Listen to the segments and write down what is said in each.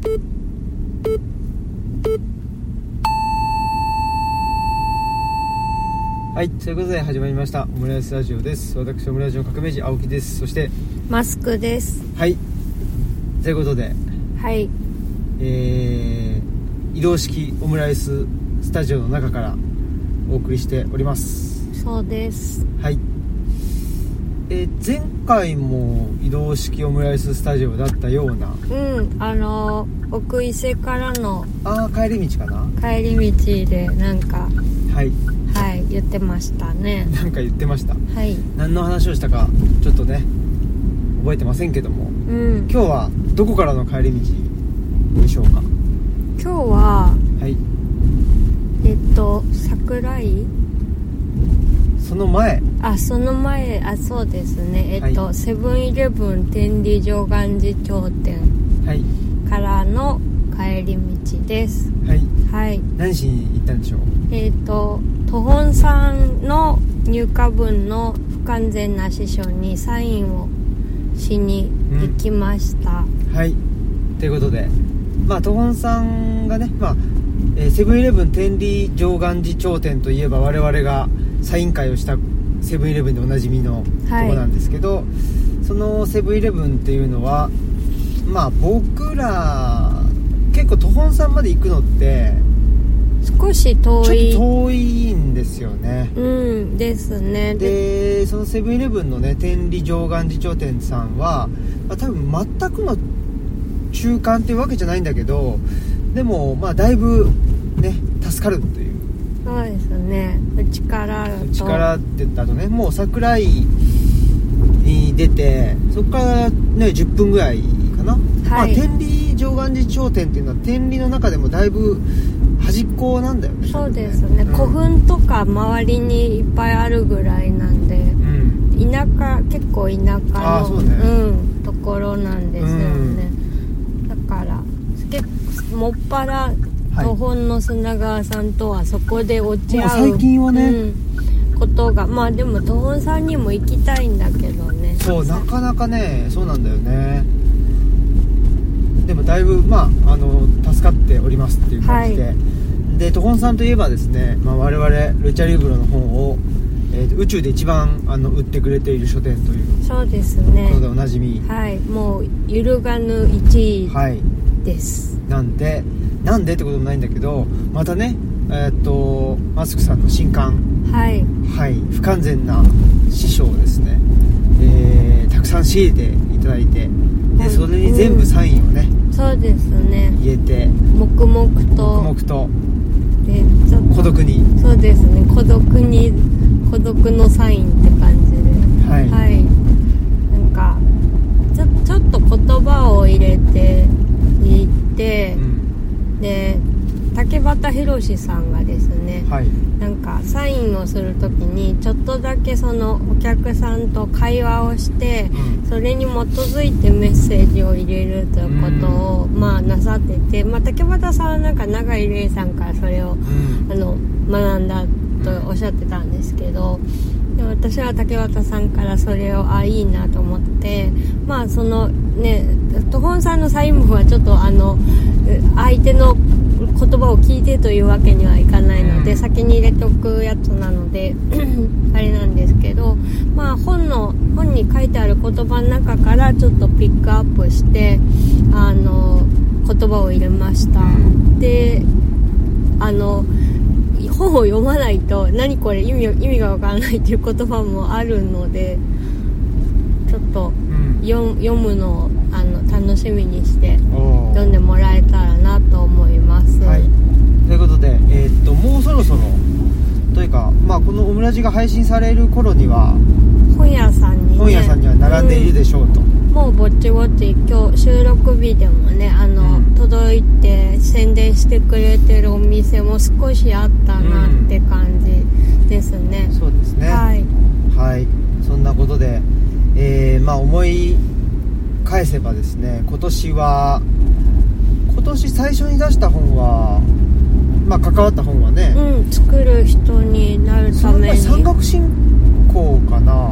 はい、ということで始まりましたオムライスラジオです。私オムライスの革命児青木です。そしてマスクです。 はい、ということで、 はい、 移動式オムライススタジオの中からお送りしております。 そうです。 はい、前回も移動式オムライススタジオだったような、 奥伊勢からの帰り道かな、 帰り道でなんかはい言ってましたね。 なんか言ってました。 はい。 何の話をしたかちょっとね覚えてませんけども、今日はどこからの帰り道でしょうか。 今日は桜井、 その前そうですね、セブンイレブン天理上岸寺町店からの帰り道です。はい。 何しに行ったんでしょう。 都本さんの入荷分の不完全な司書にサインをしに行きました。 はい、ということで、都本さんがね、セブンイレブン天理上岸寺町店といえば我々がサイン会をしたセブンイレブンでおなじみのとこなんですけど、そのセブンイレブンっていうのは僕ら結構都本さんまで行くのって少し遠い、 ちょっと遠いんですよね。 ですね。 でそのセブンイレブンのね天理上岸寺町店さんは、多分全くの中間っていうわけじゃないんだけど、でもだいぶね助かるという。 そうですね。うちからってだとね、もう桜井に出てそこからね10分ぐらいかな。天理上岸寺町店っていうのは天理の中でもだいぶ端っこなんだよね。 そうですね、古墳とか周りにいっぱいあるぐらいなんで、結構田舎の、ところなんですよね。だからもっぱら都本の砂川さんとはそこで落ち合う、 最近はね、 ことがでも都本さんにも行きたいんだけどね。 そう、なかなかね、そうなんだよね。でもだいぶ助かっておりますっていう感じで、で都本さんといえばですね、我々ルチャリブロの本を、宇宙で一番売ってくれている書店という、 そうですね、 ことでおなじみ、 もう揺るがぬ1位です、 なんでってこともないんだけど、またねマスクさんの新刊、不完全な師匠をですね、たくさん仕入れていただいて、でそれに全部サインをね、 そうですね、 入れて黙々とで孤独に、 そうですね、孤独のサインって感じで、なんかちょっと言葉を入れていって、で竹俣宏さんがですね、なんかサインをするときにちょっとだけそのお客さんと会話をして、それに基づいてメッセージを入れるということを、なさってて、竹俣さんはなんか永井玲さんからそれを、学んだとおっしゃってたんですけど、で私は竹俣さんからそれをいいなと思って、そのね都本さんのサイン部はちょっと相手の言葉を聞いてというわけにはいかないので、先に入れておくやつなのであれなんですけど、本に書いてある言葉の中からちょっとピックアップして言葉を入れました。で本を読まないと何これ意味がわからないっていう言葉もあるので、ちょっと読むのを楽しみにして読んでもらえたらなと思います。 ということで、もうそろそろというか、このオムラジが配信される頃には本屋さんには並んでいるでしょうと、 もうぼちぼち今日収録日でもね届いて宣伝してくれてるお店も少しあったなって感じですね。 そうですね。そんなことで、思い返せばですね、今年最初に出した本は、関わった本はね、 作る人になるために山岳信仰かな、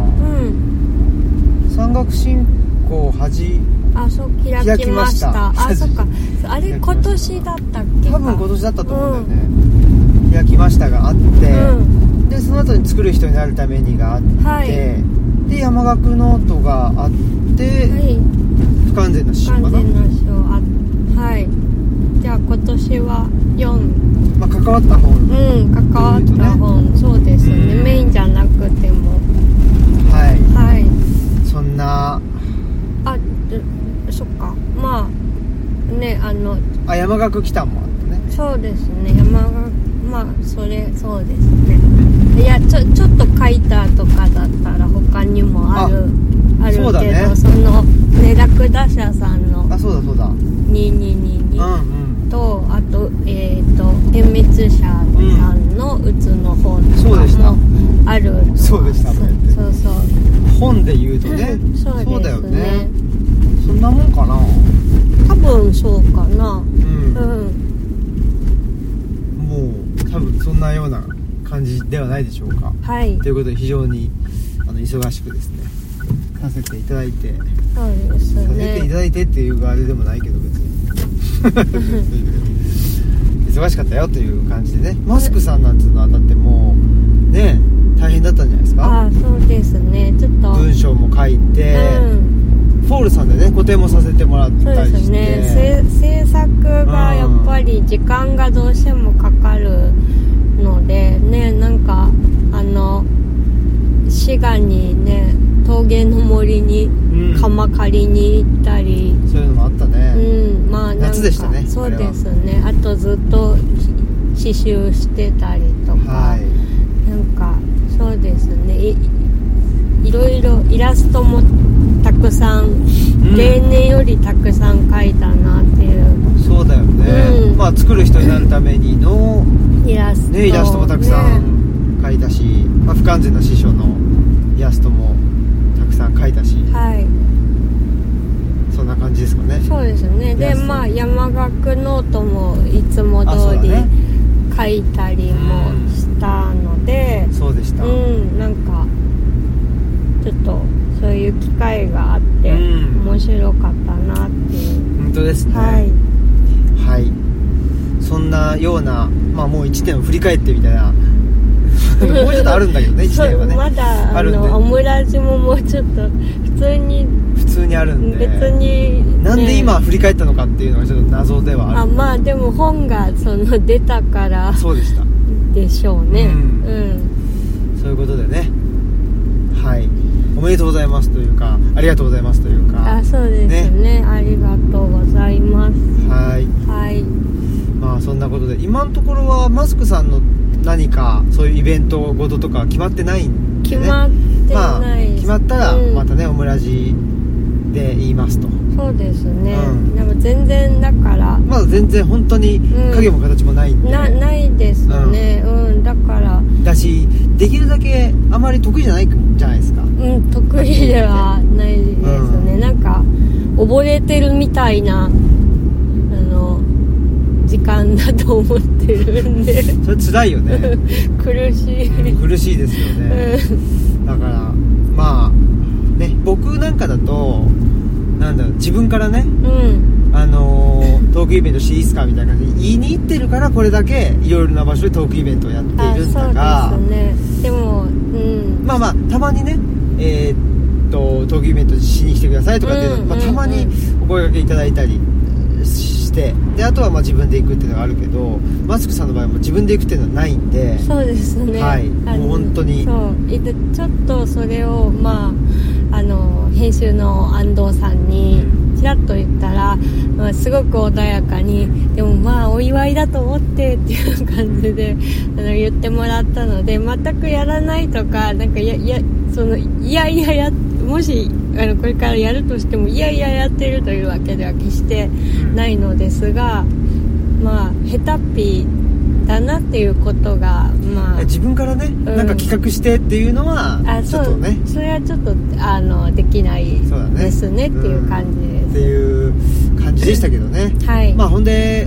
山岳信仰開きました。 そっか、 あれ今年だったっけか。 多分今年だったと思うんだよね、開きましたがあって、でその後に作る人になるためにがあって、で山岳ノートがあって、不完全な詩かな。 不完全な詩をじゃあ今年は4、 関わった本、 関わった本、そうですね、メインじゃなくても、 そんな、 そっか、まあね、 山岳祈祷もあってね。 そうですね、山岳、そうですね。いや、ちょっと書いたとかだったら他にもあるけど、 ね、 そのね、ラクダ社さんのそうだ 2222と、あと点滅者さんのうつの本とかもある。 そうでした。 そう本で言うとねそうだよね。そんなもんかな。 多分そうかな。 もう多分そんなような感じではないでしょうか。ということで非常に忙しくですねさせていただいて、 そうですね、 させていただいてっていうあれでもないけど別に忙しかったよという感じでね。マスクさんなんていうのはだってもうね大変だったんじゃないですか。 そうですね、ちょっと文章も書いて、フォールさんでね個展もさせてもらったりして。そうですね、制作がやっぱり時間がどうしてもかかるのでね、なんか滋賀にね峠の森に鎌刈りに行ったり、 そういうのもあったね。夏でしたね。 そうですね。あとずっと刺繍してたりとか、なんかそうですね、いろいろイラストもたくさん、例年よりたくさん描いたなっていう。 そうだよね、作る人になるためにのイラストもたくさん描いたし、不完全な師匠のイラストもたくさん描いたし、そんな感じですかね。 そうですね。で山岳ノートもいつも通り書いたりもしたので、 そうでした。 なんかちょっとそういう機会があって面白かったなっていう。 本当ですね。そんなようなもう1年を振り返ってみたいなもうちょっとあるんだけどね、1年はね。 まだオムラジももうちょっと普通にあるんで、 別に、 なんで今振り返ったのかっていうのがちょっと謎ではある。 でも本が出たからそうでしたでしょうね。 そういうことでね、おめでとうございますというか、ありがとうございますというか。 そうですね、ありがとうございます。 そんなことで今のところはマスクさんの何かそういうイベントごととか決まってないんでね。 決まってないです。 決まったらまたね、オムラジで言いますと。 そうですね、でも全然だからまだ全然本当に影も形もないんで、 ないですね。だからだし、できるだけあまり得意じゃないじゃないですか。 得意ではないですね。なんか溺れてるみたいな時間だと思ってるんでそれ辛いよね苦しい、 苦しいですよねだからね、僕なんかだと自分からね、トークイベントしていいですかみたいな感じで言いに行ってるから、これだけいろいろな場所でトークイベントをやっているんだが、 そうですね。でもたまにねトークイベントしに来てくださいとかっていうの、たまにお声掛けいただいたりして、であとは自分で行くっていうのがあるけど、マスクさんの場合も自分で行くっていうのはないんで。 そうですね、 もう本当にちょっとそれを編集の安藤さんにちらっと言ったら、すごく穏やかに、でもお祝いだと思ってっていう感じで言ってもらったので、全くやらないとか、もしこれからやるとしてもやってるというわけでは決してないのですが、下手っぴだなっていうことが自分からね、なんか企画してっていうのはちょっとね、 それはちょっとできないですねっていう感じです、 っていう感じでしたけどね。ほんで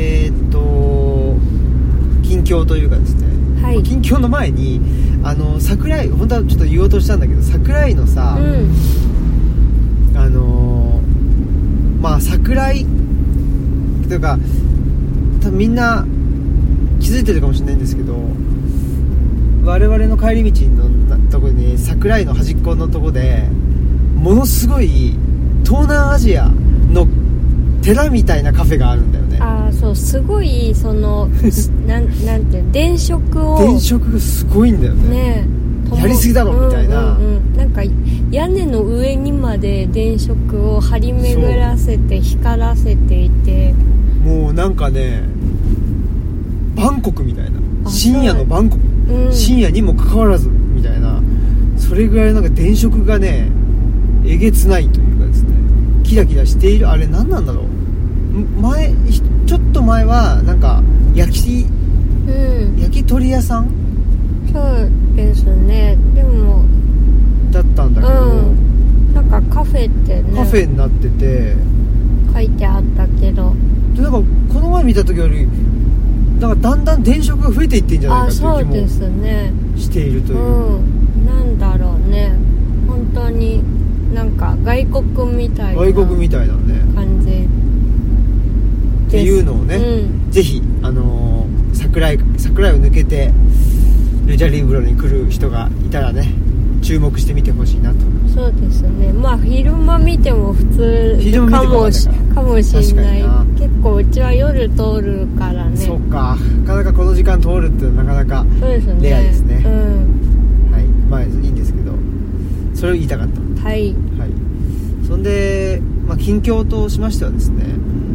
近況というかですね、近況の前に桜井、本当はちょっと言おうとしたんだけど、桜井のさ、桜井というか多分みんな気づいてるかもしれないんですけど、我々の帰り道のとこに桜井の端っこのとこでものすごい東南アジアの寺みたいなカフェがあるんだよね。 ああ、そうすごいそのなんていう電飾がすごいんだよね。やりすぎだろみたいな、 なんか屋根の上にまで電飾を張り巡らせて光らせていて、 もうなんかねバンコクみたいな、深夜のバンコク、深夜にもかかわらずみたいな、それぐらいなんか電飾がねえげつないというかですね、キラキラしている。あれ何なんだろう。ちょっと前はなんか焼き鳥屋さん、 そうですね。でもだったんだけど、 なんかカフェってね、 カフェになってて書いてあったけど、 でなんかこの前見た時よりなんかだんだん電飾が増えていってんじゃないかっていう気もしているという、 なんだろうね、本当になんか外国みたいなね感じっていうのをね、ぜひ桜井を抜けてルジャリーブロに来る人がいたらね注目してみてほしいなと。 そうですね。まあ昼間見ても普通かもしれない。結構うちは夜通るからね。 そっか、なかなかこの時間通るってなかなかレアですね。はい、まあいいんですけど、それを言いたかった。 はい、 そんで、近況としましてはですね、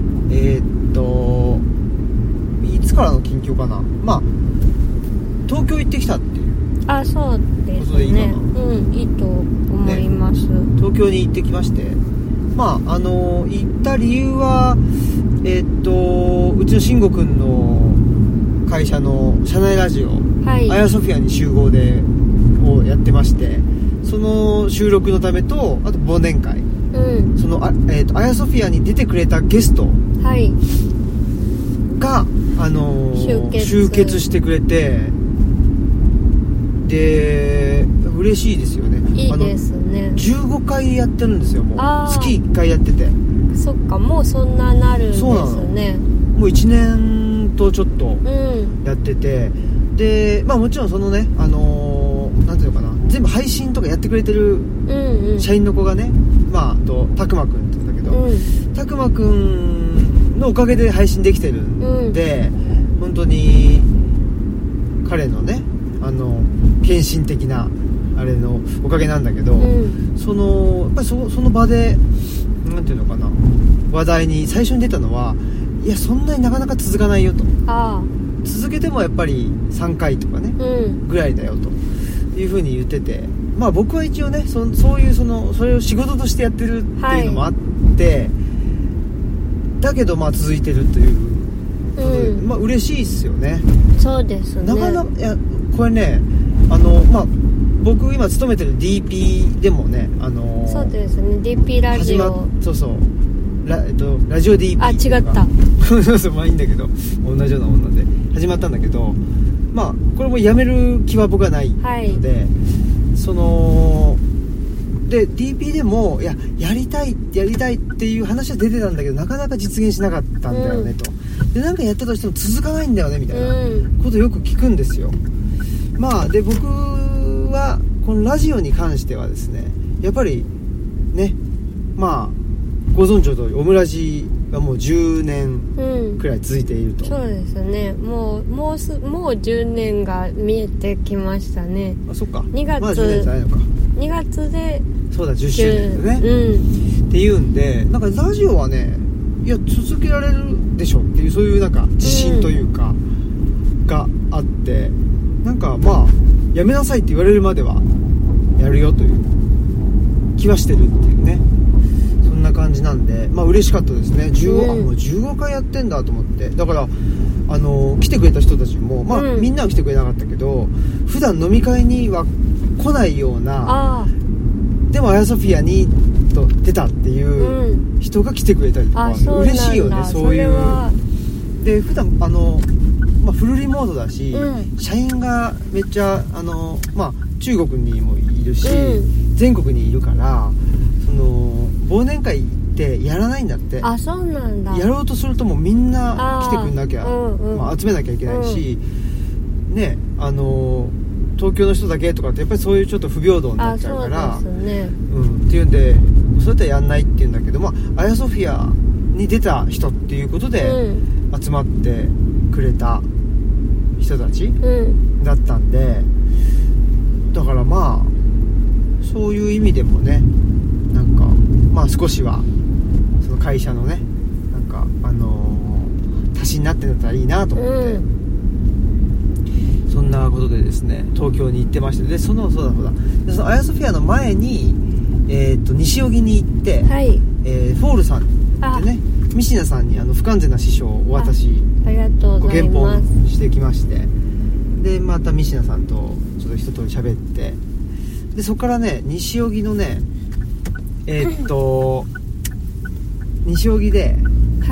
いつからの近況かな。東京行ってきたっていう。 あ、そうですね。いいと思います、 東京に行ってきまして、行った理由はうちの慎吾くんの会社の社内ラジオ、アヤソフィアに集合でをやってまして、その収録のためと、あと忘年会、そのアヤソフィアに出てくれたゲストが、集結してくれて、で嬉しいですよね。 いいですね。 15回やってるんですよ。もう月1回やってて。そっか、もうそんななるんですね。もう1年とちょっとやってて、でもちろんそのね、なんていうのかな、全部配信とかやってくれてる社員の子がね、たくまくんって言うんだけど、たくまくんのおかげで配信できてるんで、本当に彼のね献身的なあれのおかげなんだけど、やっぱりその場でなんていうのかな、話題に最初に出たのは、いやそんなになかなか続かないよと、続けてもやっぱり3回とかね、ぐらいだよという風に言ってて、僕は一応ねそういうそれを仕事としてやってるっていうのもあって、だけど続いてるということで、嬉しいですよね。 そうですね。 なかなか、いやこれね、僕今勤めてる DP でもね、 そうですね、 DP ラジオ、 ラジオ DP、 違ったそういいんだけど、同じようなもんなんで始まったんだけど、これもやめる気は僕はないので、で DP でもやりたいっていう話は出てたんだけど、なかなか実現しなかったんだよねと、でなんかやったとしても続かないんだよねみたいなことをよく聞くんですよ。で僕はこのラジオに関してはですね、やっぱりね、ご存知の通りオムラジがもう10年くらい続いていると、 そうですね。もう10年が見えてきましたね。 そっか、 2月、 10年じゃないのか、2 月でそうだ10周年だね、っていうんで、なんかラジオはね、いや続けられるでしょっていう、そういうなんか自信というか、があって、なんかやめなさいって言われるまではやるよという気はしてるっていうね、そんな感じなんで、嬉しかったですね。もう15回やってんだと思って。だから来てくれた人たちも、みんなは来てくれなかったけど、普段飲み会には来ないような、でもアヤソフィアにと出たっていう人が来てくれたりとか、嬉しいよね。そういうで、普段フルリモートだし、社員がめっちゃ中国にもいるし、全国にいるから、忘年会っってやらないんだって。 あ、そうなんだ。 やろうとするともうみんな来てくんなきゃ、まあ、集めなきゃいけないし、ね、東京の人だけとかってやっぱりそういうちょっと不平等になっちゃうから、 そうですね、 っていうんでそうやったらやんないっていうんだけど、まあ、アヤソフィアに出た人っていうことで集まってくれた人たちだったんで、だからまあそういう意味でもね、なんかまあ少しはその会社のね、なんか足しになってんだったらいいなと思って、そんなことでですね東京に行ってまして、でそうだそのアヤソフィアの前に西荻に行って、はい、フォールさんってね、ミシナさんに不完全な師匠をお渡しご原本してきまして、でまたミシナさんとちょっと一通り喋って、でそこからね西荻のね西荻で、はい、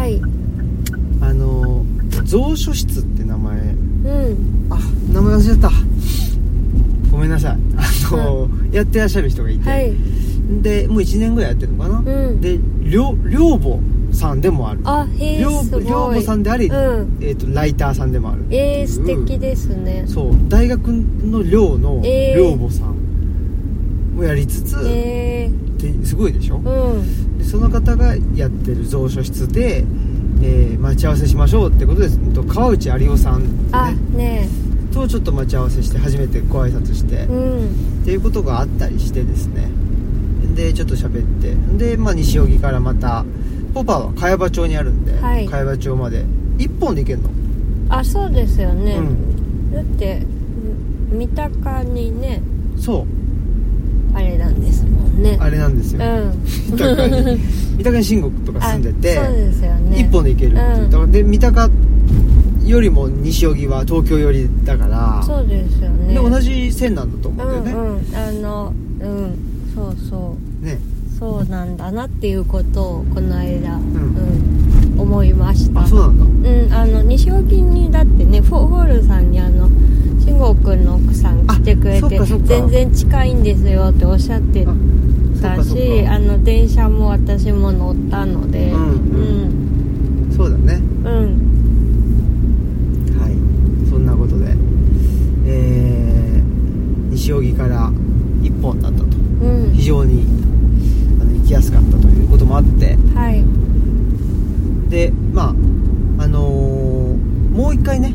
蔵書室って名前、名前忘れちゃった、ごめんなさい、やってらっしゃる人がいて、はい、でもう1年ぐらいやってるのかな、で寮母さんでもある、寮母さんであり、ライターさんでもある、 素敵ですね。 そう、大学の寮の寮母さんをやりつつ、ってすごいでしょ、でその方がやってる蔵書室で、待ち合わせしましょうってことです。川内有夫さんねとちょっと待ち合わせして初めてご挨拶して、っていうことがあったりしてですね、でちょっと喋って、で、まあ、西荻からまたポパは茅場町にあるんで、はい、茅場町まで1本で行けるの。 あ、そうですよね、だって三鷹にね、 そうあれなんですもんね。 あれなんですよ、三鷹に新国とか住んでて、 そうですよね、 1本で行けるっていう、で三鷹よりも西荻は東京寄りだから、 そうですよね、 で同じ線なんだと思うんだよね、 そうそうね、 そうなんだなっていうことをこの間、思いました。 あ、そうなんだ。 西荻にだってね、フォールさんに慎吾くんの奥さん来てくれて、全然近いんですよっておっしゃってたし、電車も私も乗ったので、 そうだね、はい、そんなことで、西荻から1本だったと、非常に行きやすかったということもあって、はい、でまあもう一回ね、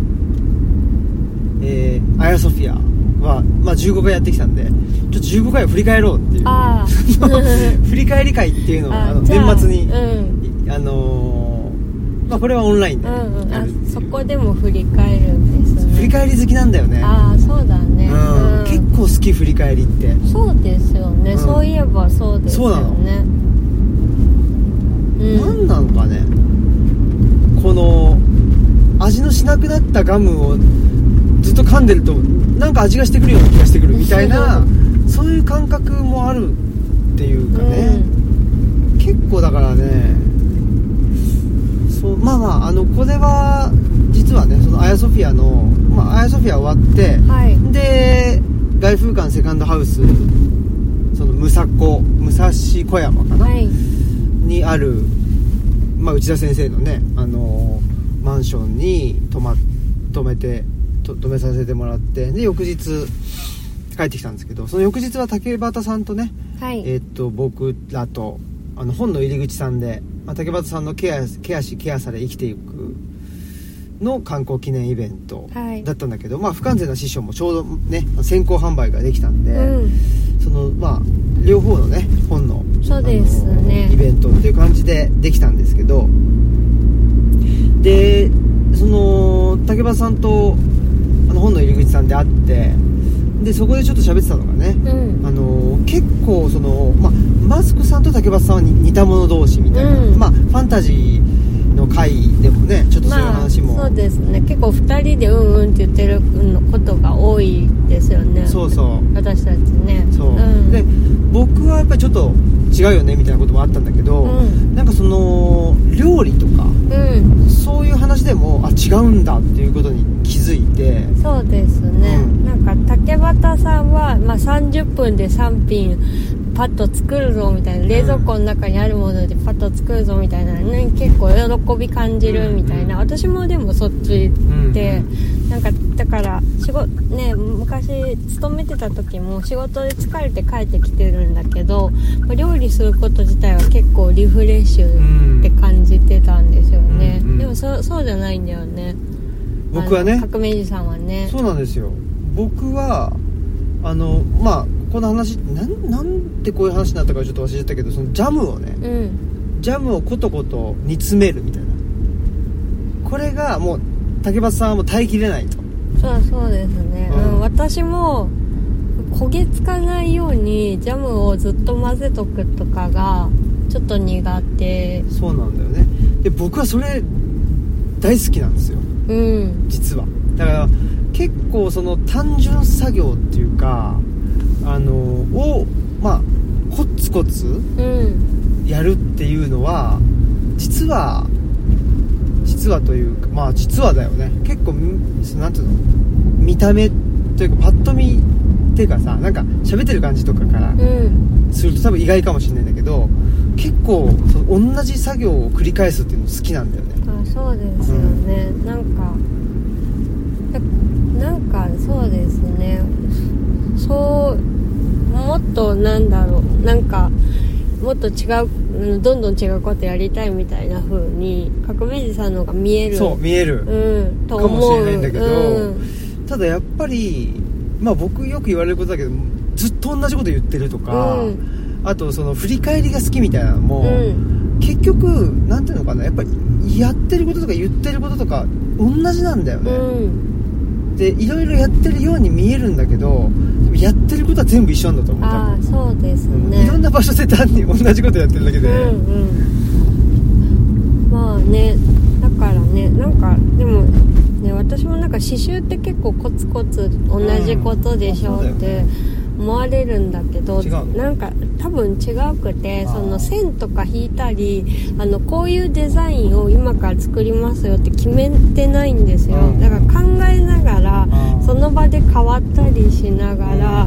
アヤソフィアは、まあ、15回やってきたんで、ちょっと15回を振り返ろうっていう振り返り会っていうのを年末に、まあ、これはオンラインでやるっていう、 そこでも振り返るんですね。 振り返り好きなんだよね。 そうだね、 結構好き、振り返りって。 そうですよね、そういえばそうですよね。そうなの、 何なのかね、この味のしなくなったガムをずっと噛んでるとなんか味がしてくるような気がしてくるみたいなそういう感覚もあるっていうかね、結構だからね、そう、まあまあこれは実はね、そのアヤソフィアの、アヤソフィア終わって、はい、で外風館セカンドハウス、その武蔵小山かな、はい、にある、内田先生のね、マンションに泊めさせてもらって、で翌日帰ってきたんですけど、その翌日は竹俣さんとね、はい、僕らと本の入り口さんで、竹俣さんのケアしケアされ生きていくの観光記念イベントだったんだけど、不完全な師匠もちょうどね先行販売ができたんで、その両方のね本のそうですね、 イベントっていう感じでできたんですけど、でその竹俣さんと本の入り口さんで会って、でそこでちょっと喋ってたのがね、結構その、マスクさんと竹俣さんは似た者同士みたいな、ファンタジーの回でもねちょっとそういう話も、 そうですね、結構2人でって言ってることが多いですよね。 そうそう私たちね。 そう、で僕はやっぱりちょっと違うよねみたいなこともあったんだけど、なんかその料理とか、そういう話でも違うんだっていうことに気づいて。 そうですね、なんか竹俣さんは、30分で3品パッと作るぞみたいな、冷蔵庫の中にあるものでパッと作るぞみたいな、ね、結構喜び感じるみたいな、私もでもそっちで、なんかだからね、昔勤めてた時も仕事で疲れて帰ってきてるんだけど、料理すること自体は結構リフレッシュって感じてたんですよね、でもそうじゃないんだよね、 僕はね。 革命児さんはね。 そうなんですよ。僕はまあこの話なんでこういう話になったかちょっと忘れちゃったけど、そのジャムをね、ジャムをコトコト煮詰めるみたいな、これがもう竹俣さんはもう耐えきれないと。 そうですね、私も焦げつかないようにジャムをずっと混ぜとくとかがちょっと苦手。 そうなんだよね。で僕はそれ大好きなんですよ、実は。だから結構その単純作業っていうかをまあコツコツやるっていうのは、実はというか、まあ実はだよね。結構なんていうの、見た目というかパッと見っていうかさ、なんか喋ってる感じとかからすると多分意外かもしれないんだけど、結構その同じ作業を繰り返すっていうの好きなんだよね。 そうですよね、なんかそうですね。もっとなんだろう、なんかもっと違う、どんどん違うことやりたいみたいな風に革命児さんの方が見える。 そう見える、 と思うかもしれないんだけど、ただやっぱりまあ僕よく言われることだけど、ずっと同じこと言ってるとか、あとその振り返りが好きみたいなのも、結局なんていうのかな、やっぱりやってることとか言ってることとか同じなんだよね、でいろいろやってるように見えるんだけど、やってることは全部一緒なんだと思う。 そうですね、 いろんな場所で単に同じことやってるだけで、 まあね、だからね、なんかでもね、私もなんか刺繍って結構コツコツ同じことでしょって思われるんだけど、なんか多分違くて、その線とか引いたり、こういうデザインを今から作りますよって決めてないんですよ。だから考えながら、その場で変わったりしながら、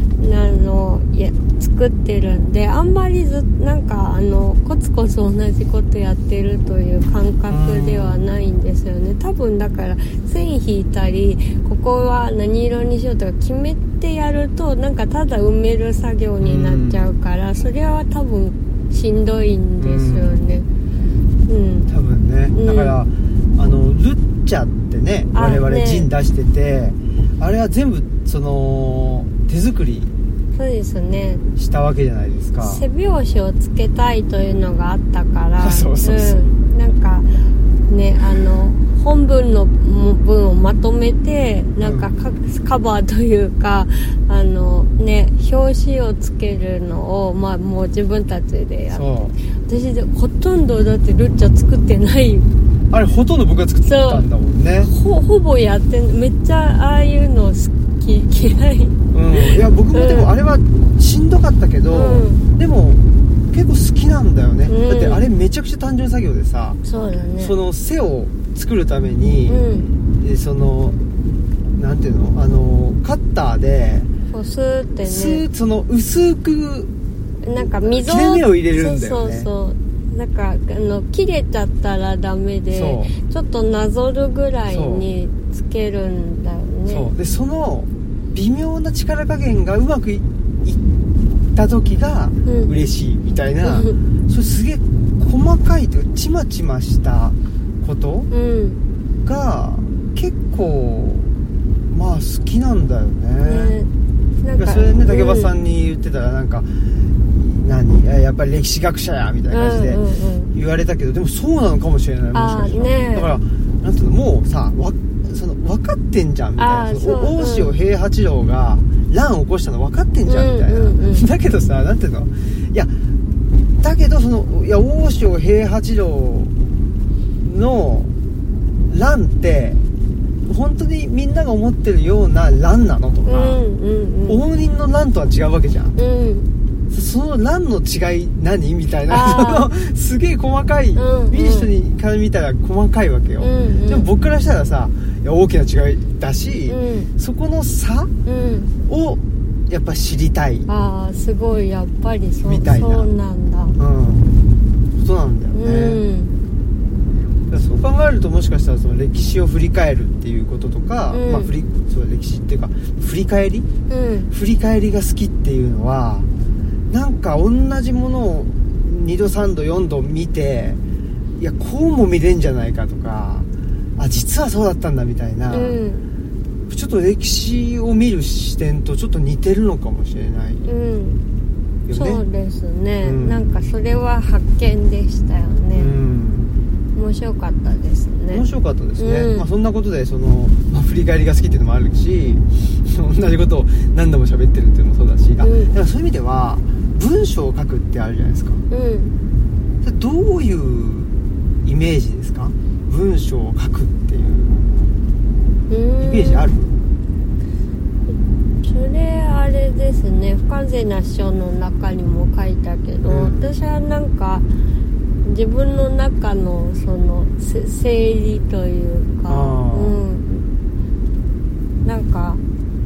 作ってるんで、あんまりなんかコツコツ同じことやってるという感覚ではないんですよね。多分だから線引いたり、ここは何色にしようとか決めてやると、なんかただ埋める作業になっちゃうから、それは多分しんどいんですよね。 多分ね。だからルッチャってね、我々ジン出してて、あれは全部その手作りそうですね、 したわけじゃないですか。 背拍子をつけたいというのがあったからそう、 なんかね、本文の文をまとめて、なんかカバーというかね、表紙をつけるのを、まあもう自分たちでやって、私ほとんどだってルッチャ作ってない。 あれほとんど僕が作ってたんだもんね。 ほぼやってめっちゃああいうの嫌い。 いや僕もでもあれはしんどかったけど、でも結構好きなんだよね、だってあれめちゃくちゃ単純作業でさ、 そうだね、 その背を作るために、そのなんていうの、カッターでスーってね、 その薄くなんか溝切れ目を入れるんだよね。 なんか切れちゃったらダメで、ちょっとなぞるぐらいにつけるんだよね。 そうで、その微妙な力加減がうまくいった時が嬉しいみたいな、それすげえ細かいというかちまちましたことが結構まあ好きなんだよね。なんかそれね、竹場さんに言ってたらなんか、やっぱり歴史学者やみたいな感じで言われたけど、でもそうなのかもしれない。もしかしたらだからなんていうの、もうさ分かってんじゃんみたいな、大塩平八郎が乱を起こしたの分かってんじゃんみたいな、だけどさ、なんていうの、いやだけど大塩平八郎の乱って本当にみんなが思ってるような乱なのとか、応仁の乱とは違うわけじゃん、その乱の違い何みたいな、すげえ細かい、見る人にから見たら細かいわけよ、でも僕からしたらさ、いや大きな違いだし、そこの差をやっぱ知りたい。 ああ、すごい、やっぱりみたいな。 そうなんだ。 そうなんだよね。そう考えると、もしかしたらその歴史を振り返るっていうこととか、そう歴史っていうか振り返りが好きっていうのは、なんか同じものを2度3度4度見て、いやこうも見れんじゃないかとか、あ実はそうだったんだみたいな、ちょっと歴史を見る視点とちょっと似てるのかもしれないよね。 そうですね、なんかそれは発見でしたよね。面白かったですね。 面白かったですね。そんなことで振り返りが好きっていうのもあるし、同じことを何度も喋ってるっていうのもそうだし、だからそういう意味では文章を書くってあるじゃないですか。どういうイメージですか？文章を書くっていうイメージある？ それあれですね、不完全な書の中にも書いたけど、私はなんか自分の中のその整理というか、なんか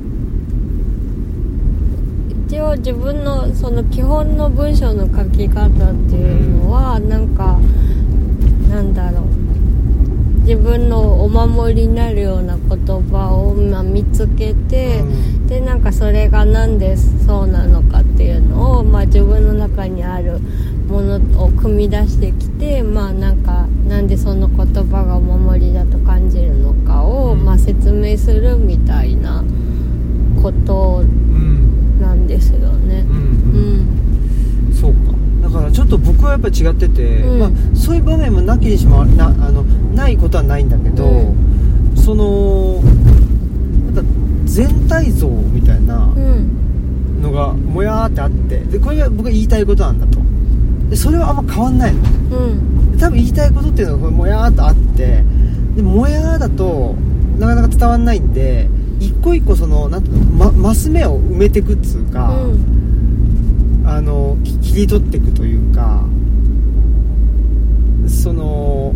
一応自分のその基本の文章の書き方っていうのは、なんかなんだろう、自分のお守りになるような言葉を見つけて、でなんかそれがなんでそうなのかっていうのを、自分の中にあるものを組み出してきて、なんでその言葉がお守りだと感じるのかを、説明するみたいなことなんですよね。 そうか。だからちょっと僕はやっぱり違ってて、そういう場面もなきにしもないことはないんだけど、そのなんか全体像みたいなのがもやーってあって、でこれが僕が言いたいことなんだと。でそれはあんま変わんないの。多分言いたいことっていうのがもやーっとあって、でもやーだとなかなか伝わんないんで、一個一個そのマス目を埋めていくっつうか、切り取っていくというか、その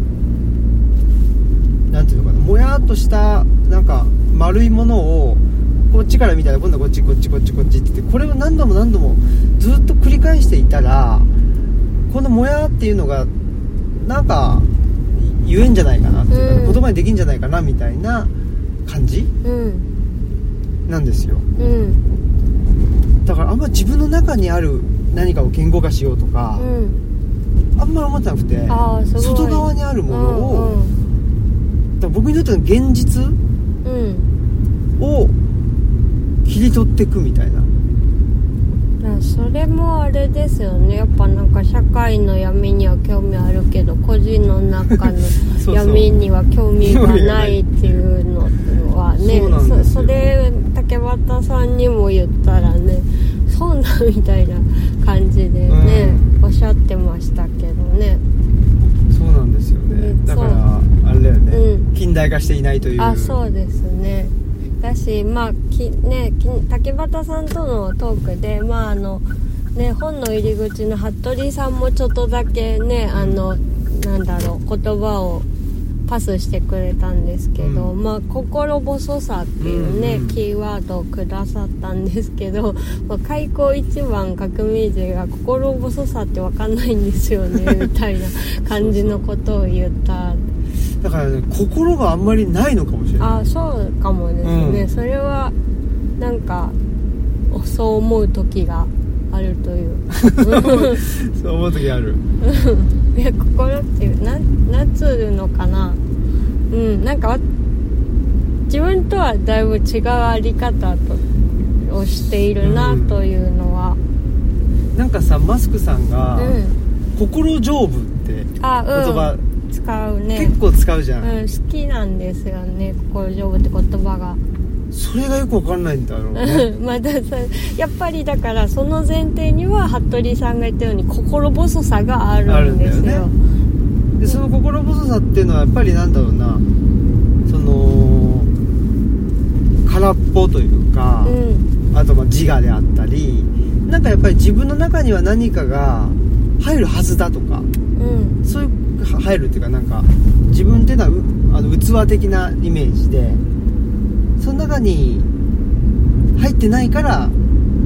なんていうのかな、もやっとしたなんか丸いものをこっちから見たら今度はこっちって言って、これを何度もずっと繰り返していたら、このもやっていうのがなんか言えんじゃないかなっていうか、言葉にできんじゃないかなみたいな感じ、なんですよ。だからあんま自分の中にある何かを言語化しようとか、あんまり思ってなくて、外側にあるものを、だから僕にとっての現実を切り取っていくみたいな。 それもあれですよね、やっぱなんか社会の闇には興味あるけど個人の中の闇には興味がないっていうのはね、それ竹俣さんにも言ったらね、そうなみたいな感じでね、おっしゃってましたけどね。 そうなんですよね。だからあれだよね、近代化していないという。 そうですね。だし、竹俣さんとのトークで、本の入り口の服部さんもちょっとだけね、なんだろう、言葉をパスしてくれたんですけど、心細さっていうね、キーワードをくださったんですけど、開口一番革命児が心細さって分かんないんですよねみたいな感じのことを言った。 だからね、心があんまりないのかもしれない。 そうかもですね、それはなんかそう思う時があるというそう思う時ある心っていうなんつうのかな、なんか自分とはだいぶ違うあり方をしているなというのは、 なんかさ、マスクさんが、心丈夫って言葉、 使うね、 結構使うじゃん、 好きなんですよね、心丈夫って言葉が。 それがよくわかんないんだろうねやっぱりだからその前提には服部さんが言ったように心細さがあるんですよ。 あるんだよね。でその心細さっていうのはやっぱりなんだろうな、その空っぽというか、あと自我であったり、なんかやっぱり自分の中には何かが入るはずだとか、そういう入るっていうか、なんか自分っていうのは器的なイメージで、その中に入ってないから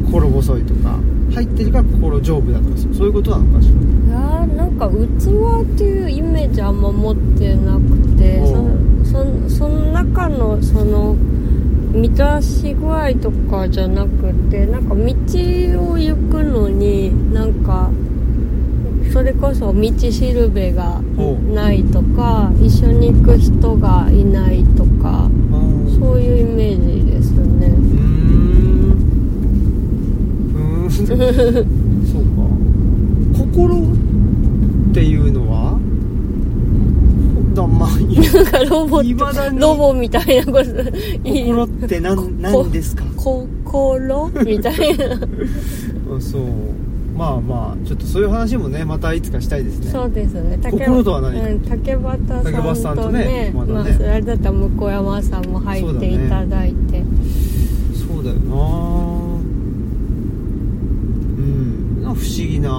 心細いとか、入ってるから心丈夫だとか、そういうことなのかしら。 いやなんか器っていうイメージあんま持ってなくて、その中のその満たし具合とかじゃなくて、なんか道を行くのになんかそれこそ道しるべがないとか、一緒に行く人がいないとか、そういうイメージですね。 そうか。心っていうのはまあ、 なんかロボみたいなこと。 心って何ですか？ 心みたいなそう、まあまあちょっとそういう話もね、またいつかしたいですね。 そうですね。 心とは何？ 竹端さんとね、 まだね、 まあ、それだったら向山さんも入っていただいて。 そうだよな。不思議な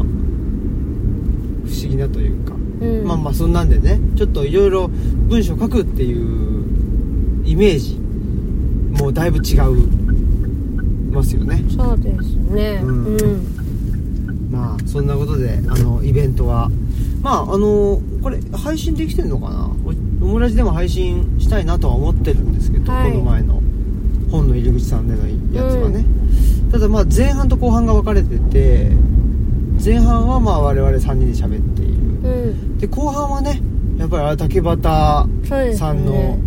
というか、まあまあそんなんでね、ちょっといろいろ文章書くっていうイメージもうだいぶ違いますよね。 そうですね。 まあそんなことでイベントはまあこれ配信できてるのかな。オムラジでも配信したいなとは思ってるんですけど、この前の本の入り口さんでのやつはね、ただまあ前半と後半が分かれてて、前半はまあ我々3人で喋っている、で後半はねやっぱり竹端さんの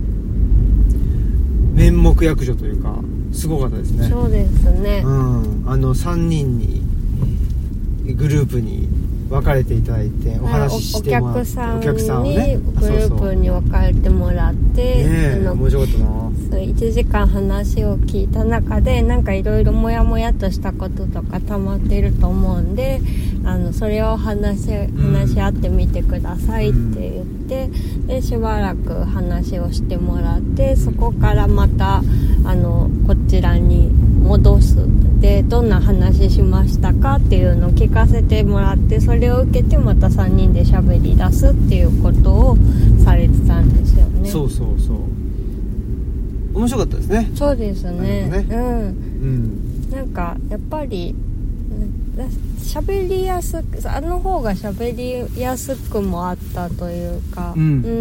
面目躍如というかすごかったですね。 そうですね。 3人にグループに分かれていただいてお話ししてもらって、 お客さんをねグループに分かれてもらって、 面白かったな。 1時間話を聞いた中でなんかいろいろモヤモヤとしたこととか溜まってると思うんで、それを話し合ってみてくださいって言って、でしばらく話をしてもらって、そこからまたこちらに戻す。でどんな話しましたかっていうのを聞かせてもらって、それを受けてまた3人で喋り出すっていうことをされてたんですよね。 そう面白かったですね。 そうですね。なんかやっぱり喋りやすく、方が喋りやすくもあったというか、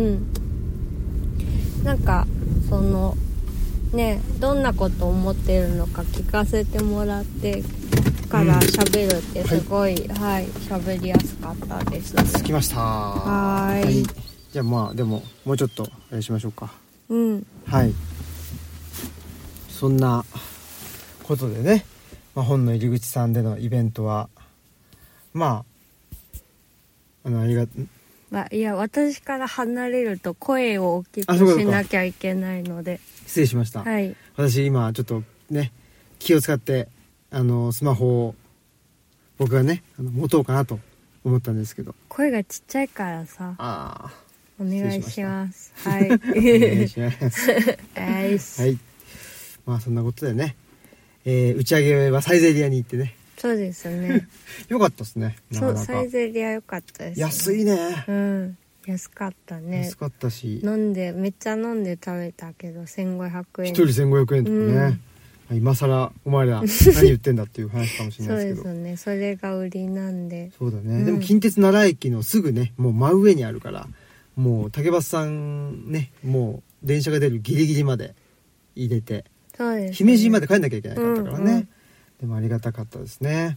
なんかそのね、どんなことを思っているのか聞かせてもらってから喋るってすごい、喋りやすかったです。 着きました。はい。じゃあまあでももうちょっとあれしましょうか。はい。そんなことでね、本の入り口さんでのイベントはまあいや私から離れると声を大きくしなきゃいけないので失礼しました。私今ちょっとね気を使ってスマホを僕がね持とうかなと思ったんですけど、 声がちっちゃいからさお願いします。お願いしますはい。まあそんなことでね、打ち上げはサイゼリヤに行ってね。 そうですねよかったですね。 そうサイゼリヤよかったです、ね、 安いね。 安かったね。 安かったしめっちゃ飲んで食べたけど1500円、 1人1500円とかね、今更お前ら何言ってんだっていう話かもしれないですけどそうですね、それが売りなんで。 そうだね、でも近鉄奈良駅のすぐねもう真上にあるから、もう竹橋さんねもう電車が出るギリギリまで入れて、 そうですね、 姫路まで帰んなきゃいけなかったからね、でもありがたかったですね。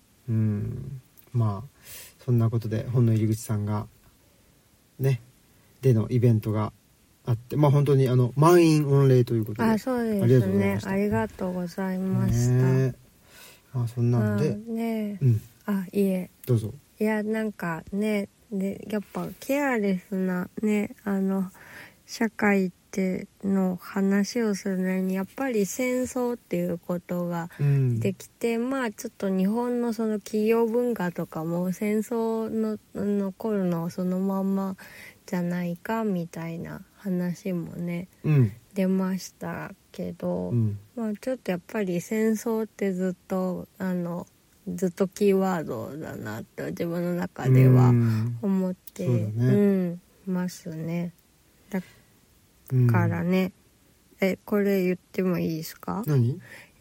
まあそんなことで本の入り口さんがねでのイベントがあって、まあ本当に満員御礼ということで、 そうですね、ありがとうございました。 そんなんでいえどうぞ。 いやなんかねでやっぱケアレスなね社会っての話をするのにやっぱり戦争っていうことができて、まあちょっと日本のその企業文化とかも戦争の残るのそのまんまじゃないかみたいな話もね、出ましたけど、まあちょっとやっぱり戦争ってずっとキーワードだなと自分の中では思ってますね。だからね、これ言ってもいいですか？ 何？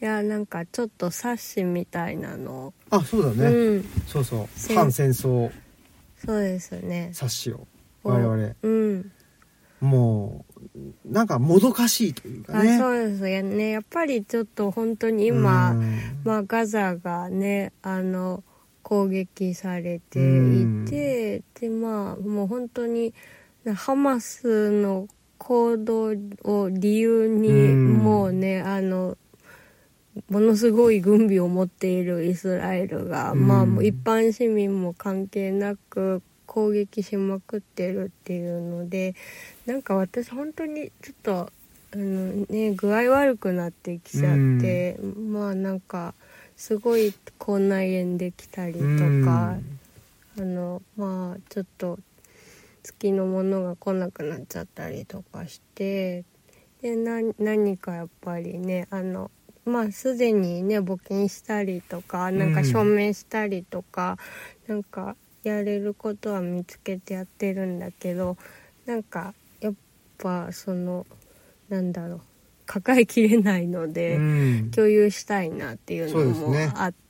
いやなんかちょっと冊子みたいなの、 そうだね、 うん、 そうそう、反戦争そうですね、 冊子を我々、 うん、 もうなんかもどかしいというかね。 そうですよね。やっぱりちょっと本当に今、ガザがね攻撃されていて、でもう本当にハマスの行動を理由にもうねものすごい軍備を持っているイスラエルが、もう一般市民も関係なく攻撃しまくってるっていうので、なんか私本当にちょっと具合悪くなってきちゃって、なんかすごい口内炎できたりとか、ちょっと月のものが来なくなっちゃったりとかして、で何かやっぱりねすでにね募金したりとかなんか署名したりとか、なんかやれることは見つけてやってるんだけど、なんかやっぱ抱えきれないので、共有したいなっていうのもあって、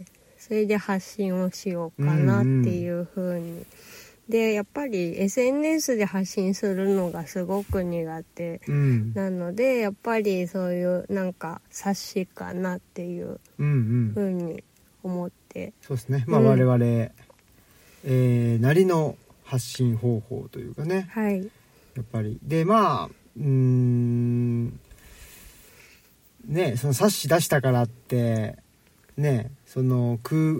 それで発信をしようかなっていう風に、でやっぱり SNS で発信するのがすごく苦手なので、やっぱりそういうなんか冊子かなっていう風に思って、 そうですね、我々、なりの発信方法というかね、 はい、 やっぱりでね、その冊子出したからってね、その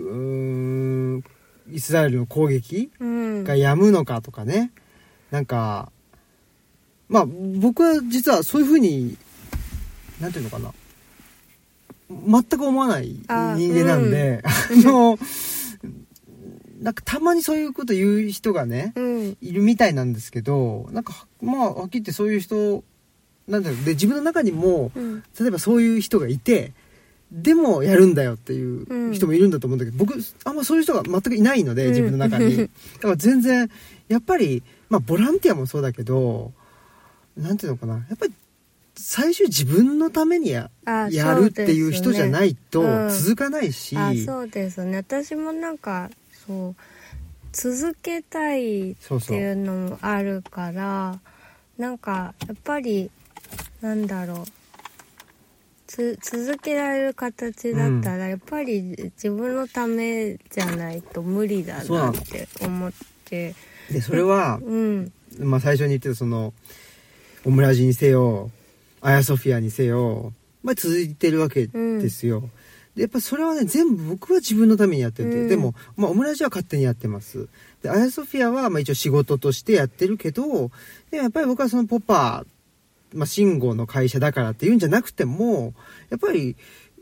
イスラエルの攻撃がやむのかとかね、なんか僕は実はそういう風になんていうのかな、全く思わない人間なんで、なんかたまにそういうこと言う人がね、いるみたいなんですけど、なんかはっきり言ってそういう人なんだろう、で自分の中にも、例えばそういう人がいて、でもやるんだよっていう人もいるんだと思うんだけど、僕あんまそういう人が全くいないので、自分の中にだから全然やっぱりボランティアもそうだけど、なんていうのかな、やっぱり最終自分のためにやるっていう人じゃないと続かないし、 そうですね、私もなんかそう続けたいっていうのもあるから、なんかやっぱり続けられる形だったら、やっぱり自分のためじゃないと無理だなって思って、 でそれは、最初に言ってたそのオムラジにせよアヤソフィアにせよ、続いてるわけですよ、でやっぱそれはね全部僕は自分のためにやってて、でも、オムラジは勝手にやってます。でアヤソフィアは一応仕事としてやってるけど、でやっぱり僕はそのポパ信号の会社だからっていうんじゃなくても、やっぱり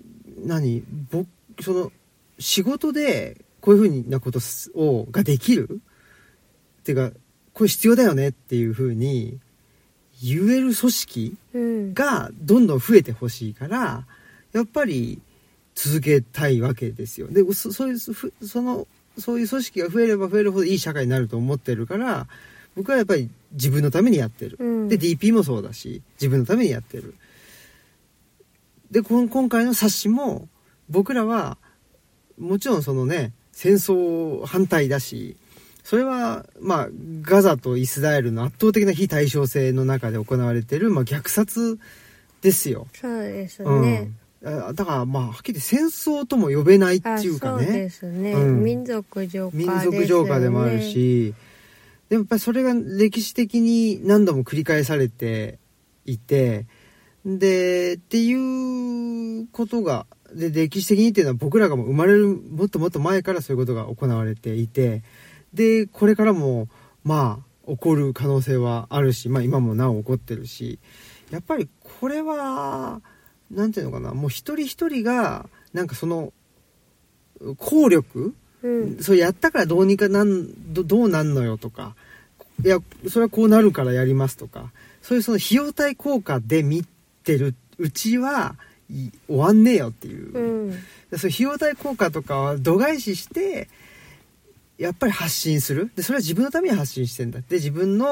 その仕事でこういう風なことができるっていうか、これ必要だよねっていう風に言える組織がどんどん増えてほしいから、やっぱり続けたいわけですよ。でそういう組織が増えれば増えるほどいい社会になると思ってるから、僕はやっぱり自分のためにやってる、で DP もそうだし自分のためにやってる。で今回の冊子も僕らはもちろんそのね戦争反対だし、それはガザとイスラエルの圧倒的な非対称性の中で行われている虐殺ですよ。 そうですね、 だからはっきり戦争とも呼べないっていうかね。 そうですね、民族浄化でもあるし、でもやっぱりそれが歴史的に何度も繰り返されていて、でっていうことがで歴史的にっていうのは僕らが生まれるもっともっと前からそういうことが行われていて、でこれからも起こる可能性はあるし、今もなお起こってるし、やっぱりこれはなんていうのかな、もう一人一人がなんかその効力、それやったからどうなんのよとか、いやそれはこうなるからやりますとか、そういうその費用対効果で見てるうちは終わんねえよっていう、そういう費用対効果とかは度外視してやっぱり発信する。でそれは自分のために発信してんだって、自分の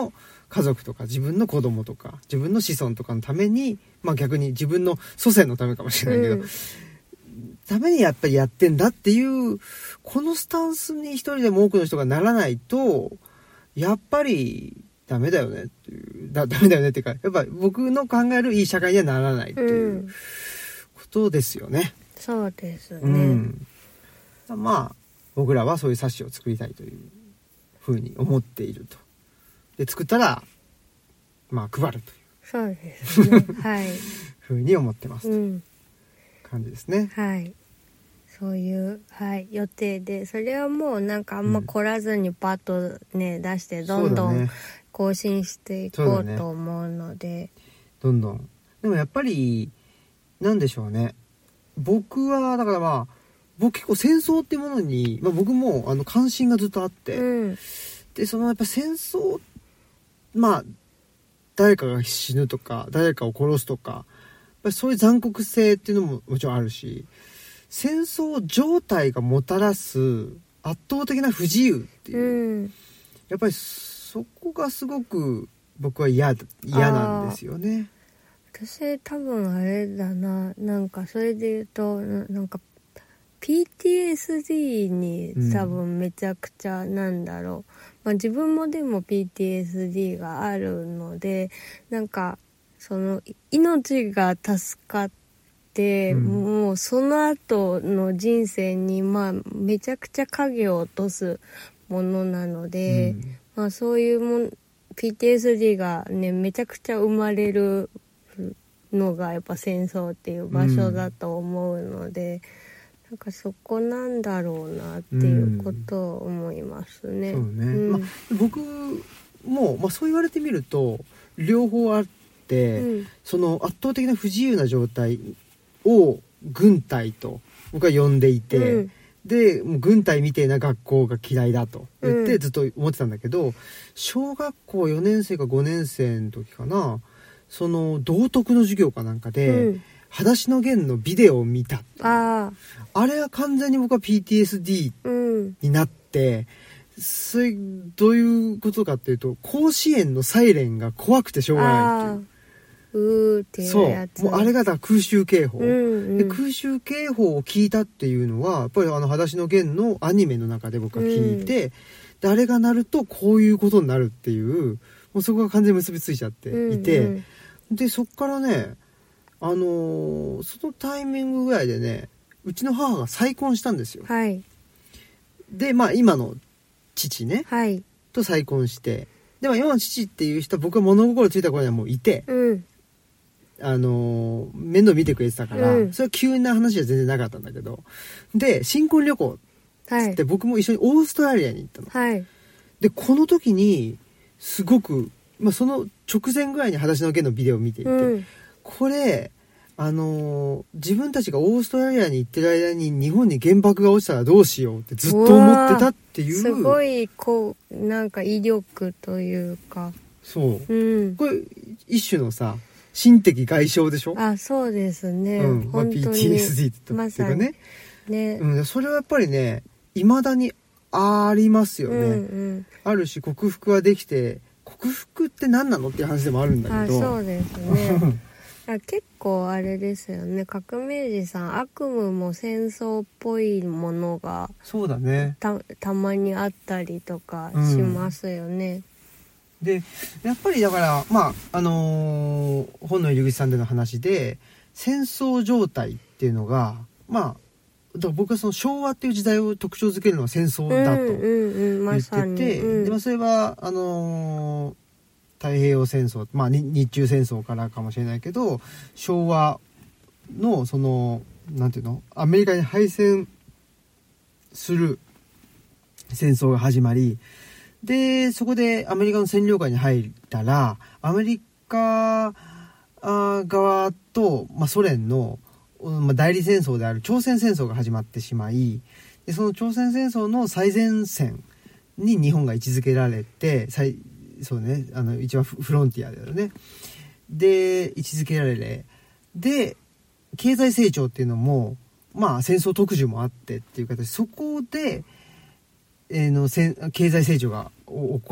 家族とか自分の子供とか自分の子孫とかのために、まあ逆に自分の祖先のためかもしれないけど、ためにやっぱりやってんだっていうこのスタンスに一人でも多くの人がならないとやっぱりダメだよねっていうダメだよねっていうか、やっぱ僕の考えるいい社会にはならないっていうことですよね。 そうですね。 まあ僕らはそういう冊子を作りたいというふうに思っていると。で作ったらまあ配るという。 そうですね。はい。 ふうに思ってますという感じですね。 はい。そういう、はい、予定で、それはもうなんかあんま凝らずにパッとね、出してどんどん更新していこうと思うので、 どんどん。でもやっぱりなんでしょうね。僕はだからまあ僕結構戦争っていうものに、まあ、僕も関心がずっとあって、でそのやっぱ戦争、まあ誰かが死ぬとか誰かを殺すとか、やっぱりそういう残酷性っていうのももちろんあるし、戦争状態がもたらす圧倒的な不自由っていう、やっぱりそこがすごく僕は嫌なんですよね。 私多分あれだな、なんかそれで言うとなんか PTSD に多分めちゃくちゃなんだろう、まあ、自分もでも PTSD があるので、なんかその命が助かってもうその後の人生にまあめちゃくちゃ影を落とすものなので、まあそういうPTSD がねめちゃくちゃ生まれるのがやっぱ戦争っていう場所だと思うので、なんかそこなんだろうなっていうことを思いますね。 そうね。まあ、僕も、まあ、そう言われてみると両方あって、その圧倒的な不自由な状態を軍隊と僕は呼んでいて、でもう軍隊みたいな学校が嫌いだと言ってずっと思ってたんだけど、小学校4年生か5年生の時かな、その道徳の授業かなんかで、裸足のゲンのビデオを見た。あれは完全に僕は PTSD になって、それどういうことかっていうと、甲子園のサイレンが怖くてしょうがないっていう。 っていうやつ。 そう、もうあれがだ空襲警報、で空襲警報を聞いたっていうのはやっぱり裸足のゲンのアニメの中で僕は聞いて、であれが鳴るとこういうことになるっていう、もうそこが完全に結びついちゃっていて、でそっからね、そのタイミングぐらいでね、うちの母が再婚したんですよ。でまあ今の父ね、と再婚して、でも今の父っていう人は僕が物心ついた頃にはもういて、面倒見てくれてたから、それは急な話は全然なかったんだけど、で新婚旅行つって僕も一緒にオーストラリアに行ったの。でこの時にすごく、まあ、その直前ぐらいに裸足のゲンのビデオを見ていて、これ自分たちがオーストラリアに行ってる間に日本に原爆が落ちたらどうしようってずっと思ってたっていう、 すごいこうなんか威力というか、 そう、これ一種のさ心的外傷でしょ。 そうですね、 まあ、PTSD っていうかね、それはやっぱりね未だにありますよね、あるし克服はできて、克服って何なのっていう話でもあるんだけど、 そうですね結構あれですよね、革命児さん悪夢も戦争っぽいものがそうだねたまにあったりとかしますよね、 でやっぱりだからまあ本の入り口さんでの話で戦争状態っていうのがまあだから僕はその昭和っていう時代を特徴づけるのは戦争だと言ってて、でそれは太平洋戦争、まあ、日中戦争からかもしれないけど、昭和のそのなんていうの、アメリカに敗戦する戦争が始まり、でそこでアメリカの占領下に入ったらアメリカ側と、まあ、ソ連の、まあ、代理戦争である朝鮮戦争が始まってしまい、でその朝鮮戦争の最前線に日本が位置づけられて、そうね、一番フロンティアだよね。で位置づけられ、で経済成長っていうのもまあ戦争特需もあってっていう形、そこで、経済成長が起こる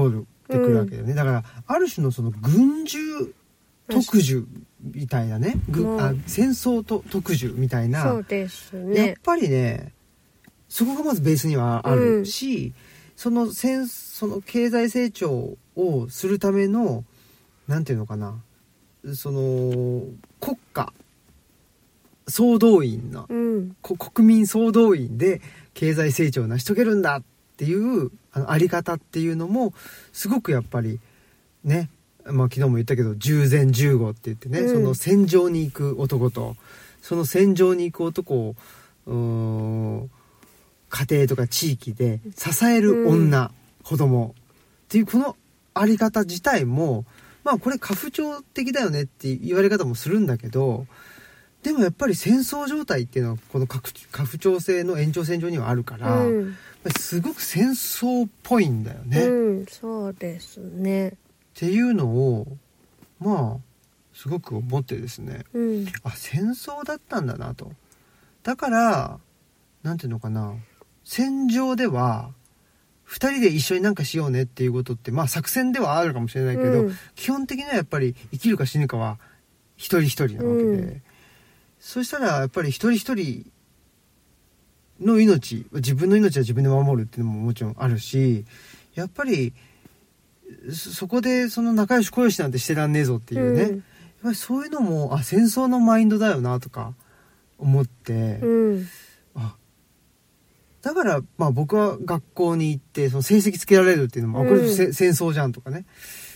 くるわけだよね、だからある種のその軍需特需みたいなね、戦争と特需みたいな、 そうですね、 やっぱりねそこがまずベースにはあるし、その経済成長をするためのなんていうのかな、その国家総動員の、国民総動員で経済成長を成し遂げるんだっていうあり方っていうのもすごくやっぱりね、昨日も言ったけど従前従後って言ってね、その戦場に行く男とその戦場に行く男を家庭とか地域で支える女、子供っていうこのあり方自体もこれ家父長的だよねって言われ方もするんだけど、でもやっぱり戦争状態っていうのはこの家父長制の延長線上にはあるから、すごく戦争っぽいんだよね、 そうですねっていうのをすごく思ってですね、戦争だったんだなと。だからなんていうのかな、戦場では2人で一緒になんかしようねっていうことって作戦ではあるかもしれないけど、基本的にはやっぱり生きるか死ぬかは一人一人なわけで、そしたらやっぱり一人一人の命、自分の命は自分で守るっていうのももちろんあるし、やっぱりそこでその仲良し小良しなんてしてらんねえぞっていうね、やっぱりそういうのも戦争のマインドだよなとか思って、だから僕は学校に行ってその成績つけられるっていうのも、これ戦争じゃんとかね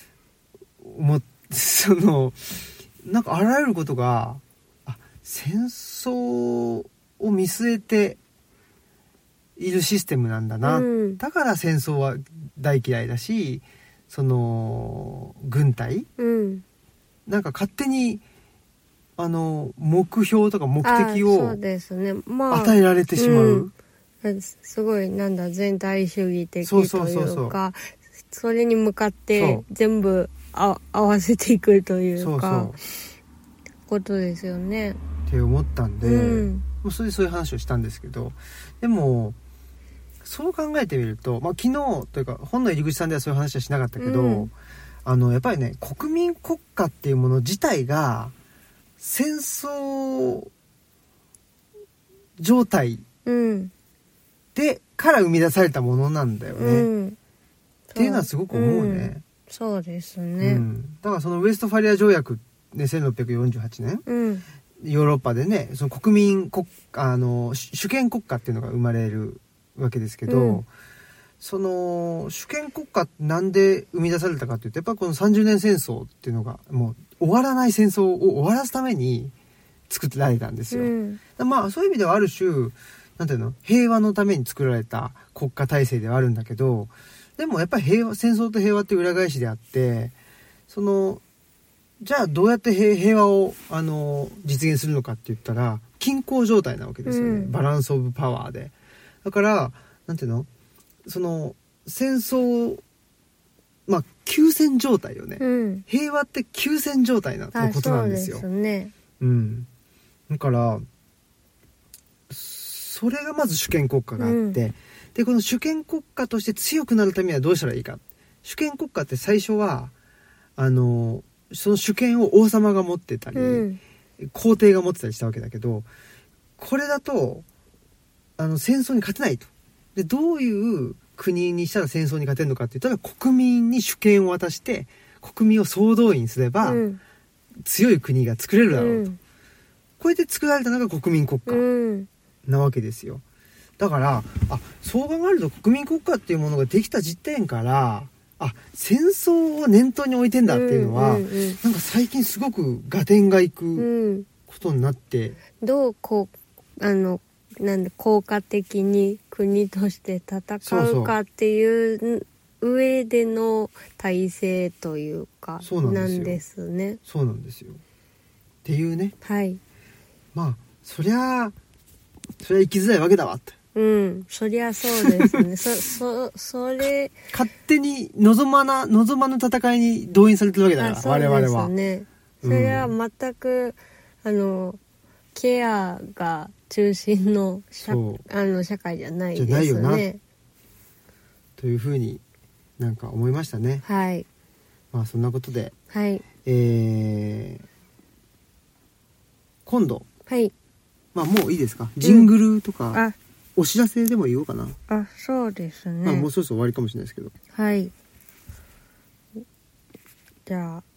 なんかあらゆることが戦争を見据えているシステムなんだな、だから戦争は大嫌いだし、その軍隊、なんか勝手に目標とか目的を与えられてしまう、 すごい全体主義的というか、それに向かって全部合わせていくというかことですよねって思ったんで、そういう話をしたんですけど、でもそう考えてみると、昨日というか本の入り口さんではそういう話はしなかったけど、やっぱりね国民国家っていうもの自体が戦争状態でから生み出されたものなんだよね、っていうのはすごく思うね、 そうですね、 だからそのウェストファリア条約ね、1648年、ヨーロッパでねその国民主権国家っていうのが生まれるわけですけど、その主権国家なんで生み出されたかっていうと、やっぱこの30年戦争っていうのがもう終わらない戦争を終わらすために作られたんですよ、そういう意味ではある種なんていうの、平和のために作られた国家体制ではあるんだけど、でもやっぱり戦争と平和って裏返しであって、じゃあどうやって平和を実現するのかって言ったら均衡状態なわけですよね、バランスオブパワーで。だからなんていうの、その戦争休戦状態よね、平和って休戦状態のことなんですよ。 そうですね、 だからそれがまず主権国家があって、でこの主権国家として強くなるためにはどうしたらいいか。主権国家って最初はその主権を王様が持ってたり、皇帝が持ってたりしたわけだけど、これだと戦争に勝てないと。でどういう国にしたら戦争に勝てるのかって言ったら、国民に主権を渡して国民を総動員すれば、強い国が作れるだろうと、これで作られたのが国民国家なわけですよ。だからそう考えると国民国家っていうものができた時点から戦争を念頭に置いてんだっていうのは、なんか最近すごく合点がいくことになって、 どう効果的に国として戦うかっていう上での体制というかなんですね。 そうなんですよっていうね、そりゃ生きづらいわけだわって、 そりゃそうですねそれ勝手に望まぬ戦いに動員されてるわけだから、我々は。 そうですね、それは全くケアが中心の社会じゃないですね。 じゃないよなというふうになんか思いましたね。 はい。 まあそんなことで、 はい。 今度、 はい。 まあもういいですか、ジングルとか、 あ、 お知らせでも言おうかな。 あ、そうですね。 まあもうそろそろ終わりかもしれないですけど。 はい。じゃあ、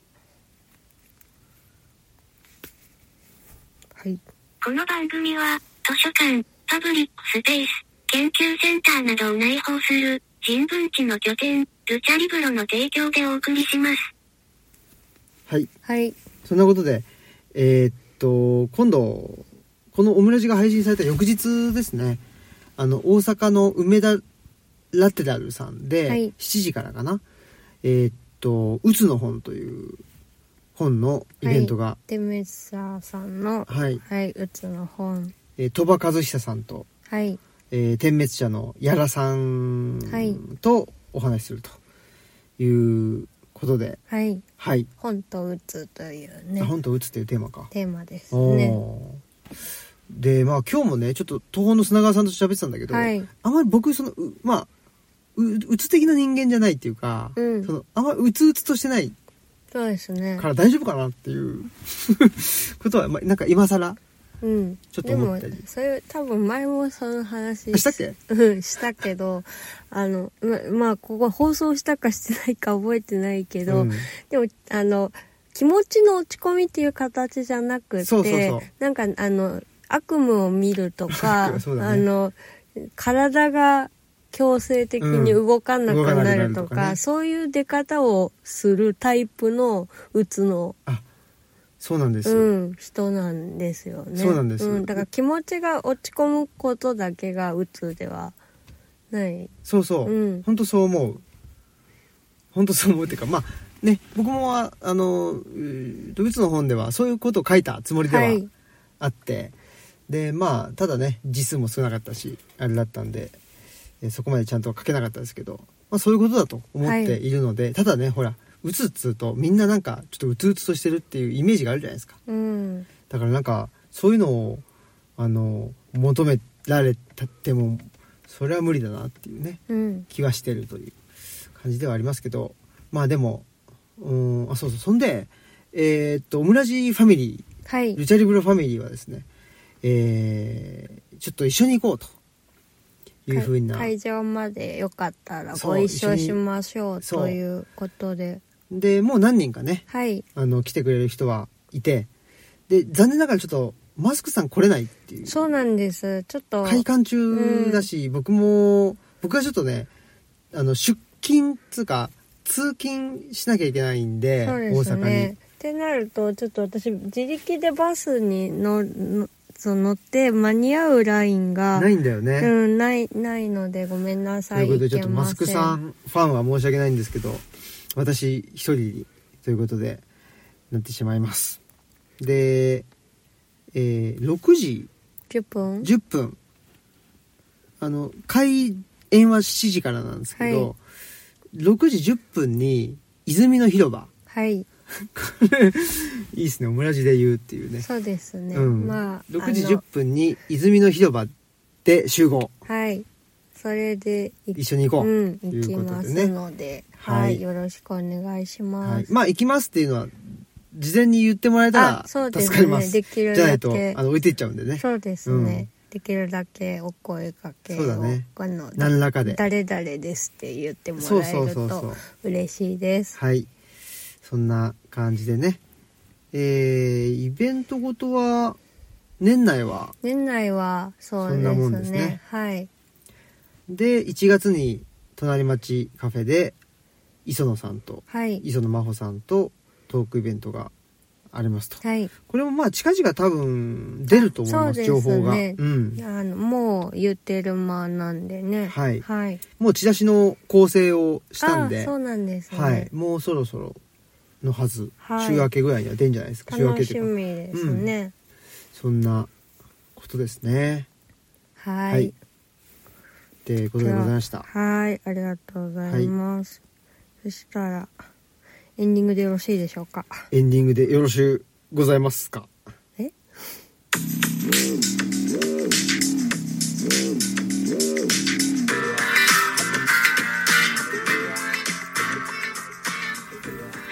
はい。 この番組は図書館、パブリックスペース、研究センターなどを内包する人文地の拠点、ルチャリブロの提供でお送りします。 はい。 はい。 そんなことで、今度このオムラジが配信された翌日ですね、大阪の梅田ラテラルさんで、 はい、 7時からかな、うつの本という本のイベントが、はい、 デメッサーさんの、 はいはい、うつの本、 鳥羽和久さんと、 はい、 点滅者の矢良さんとお話しするということで、 はい、 はい、 本とうつというね、 本とうつというテーマですね。 で、まあ今日もねちょっと東本の砂川さんと喋ってたんだけど、はい、あまり僕うつ的な人間じゃないっていうか、あんまりうつうつとしてないそうですねから大丈夫かなっていうことは、なんか今更ちょっと思ったり、 でもそれ多分前もその話したっけ？ したけどここ放送したかしてないか覚えてないけど、でも気持ちの落ち込みっていう形じゃなくて、なんか悪夢を見るとか、体が強制的に動かなくなるとか、そういう出方をするタイプのうつのそうなんです、 人なんですよね。 そうなんです、 だから気持ちが落ち込むことだけがうつではない。 そうそう、本当そう思う。本当そう思うっていうか、まあね、僕もうつの本ではそういうことを書いたつもりではあって、でまあただね字数も少なかったしあれだったんで、そこまでちゃんとは書けなかったですけど、そういうことだと思っているので、ただねほらうつっつうとみんななんかちょっとうつうつとしてるっていうイメージがあるじゃないですか、だからなんかそういうのを求められたってもそれは無理だなっていうね、気はしてるという感じではありますけど、まあでもそんでオムラジファミリー、ルチャリブロファミリーはですね、ちょっと一緒に行こうというふうな、 会場までよかったらご一緒しましょうということで、 もう何人かね、来てくれる人はいて、で残念ながらちょっとマスクさん来れないっていう。 そうなんです。ちょっと会館中だし、僕はちょっとね出勤つうか通勤しなきゃいけないんで、大阪にってなるとちょっと私自力でバスに乗って間に合うラインがないんだよね、 ないのでごめんなさい。 ということでちょっとマスクさんファンは申し訳ないんですけど、私一人ということでなってしまいます。で、6時10分開演は7時からなんですけど、6時10分に泉の広場、いいですね、オムラジで言うっていうね。 そうですね、 6時10分に泉の広場で集合、 それで一緒に行こう、 行きますので、よろしくお願いします。 行きますっていうのは事前に言ってもらえたら助かります。 できるだけじゃないと置いていっちゃうんでね。 そうですね、できるだけお声かけを、 何らかで誰々ですって言ってもらえると嬉しいです。 そんな感じでね、イベントごとは年内はそうですね、 そんなもんですね。で1月に隣町カフェで磯野さんと、磯野真帆さんとトークイベントがありますと、これも近々多分出ると思います、情報が、 もう言ってる間なんでね、 もうチラシの構成をしたんで、 そうなんですね、 もうそろそろのはず、週明けぐらいには出るんじゃないですか。 楽しみですね、 そんなことですね。っていうことでございました。 ありがとうございます、そしたらエンディングでよろしいでしょうか。 エンディングでよろしゅうございますか。